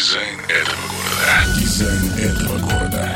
Дизайн этого города. Дизайн этого города.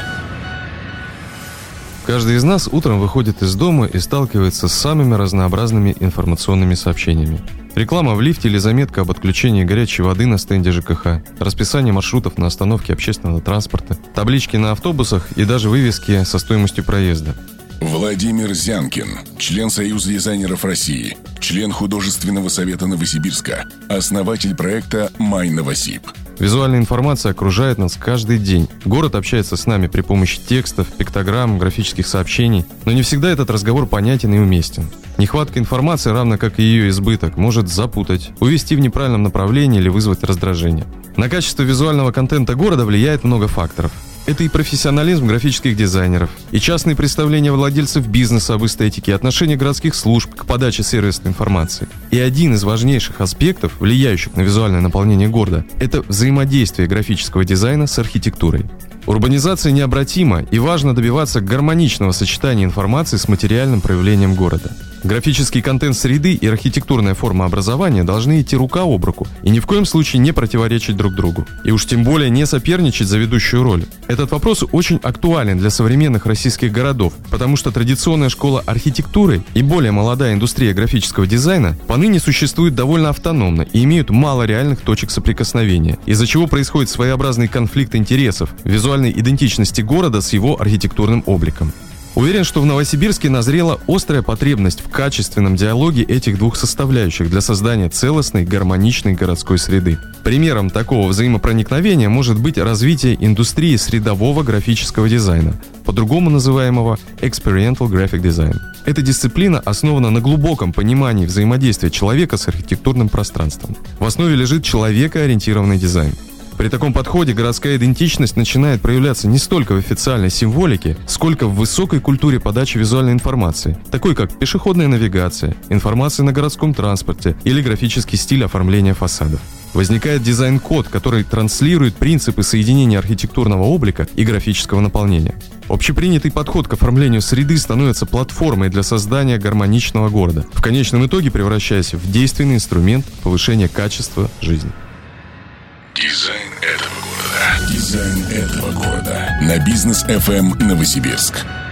Каждый из нас утром выходит из дома и сталкивается с самыми разнообразными информационными сообщениями. Реклама в лифте или заметка об отключении горячей воды на стенде ЖКХ, расписание маршрутов на остановке общественного транспорта, таблички на автобусах и даже вывески со стоимостью проезда. Владимир Зянкин, член Союза дизайнеров России, член Художественного совета Новосибирска, основатель проекта «Май Новосиб». Визуальная информация окружает нас каждый день. Город общается с нами при помощи текстов, пиктограмм, графических сообщений, но не всегда этот разговор понятен и уместен. Нехватка информации, равно как и ее избыток, может запутать, увести в неправильном направлении или вызвать раздражение. На качество визуального контента города влияет много факторов. Это и профессионализм графических дизайнеров, и частные представления владельцев бизнеса об эстетике, и отношение городских служб к подаче сервисной информации. И один из важнейших аспектов, влияющих на визуальное наполнение города, это взаимодействие графического дизайна с архитектурой. Урбанизация необратима, и важно добиваться гармоничного сочетания информации с материальным проявлением города. Графический контент среды и архитектурная форма образования должны идти рука об руку и ни в коем случае не противоречить друг другу. И уж тем более не соперничать за ведущую роль. Этот вопрос очень актуален для современных российских городов, потому что традиционная школа архитектуры и более молодая индустрия графического дизайна поныне существуют довольно автономно и имеют мало реальных точек соприкосновения, из-за чего происходит своеобразный конфликт интересов, визуальной идентичности города с его архитектурным обликом. Уверен, что в Новосибирске назрела острая потребность в качественном диалоге этих двух составляющих для создания целостной, гармоничной городской среды. Примером такого взаимопроникновения может быть развитие индустрии средового графического дизайна, по-другому называемого Experiential Graphic Design. Эта дисциплина основана на глубоком понимании взаимодействия человека с архитектурным пространством. В основе лежит человекоориентированный дизайн. При таком подходе городская идентичность начинает проявляться не столько в официальной символике, сколько в высокой культуре подачи визуальной информации, такой как пешеходная навигация, информация на городском транспорте или графический стиль оформления фасадов. Возникает дизайн-код, который транслирует принципы соединения архитектурного облика и графического наполнения. Общепринятый подход к оформлению среды становится платформой для создания гармоничного города, в конечном итоге превращаясь в действенный инструмент повышения качества жизни. Дизайн этого города. Дизайн этого города. На Бизнес FM Новосибирск.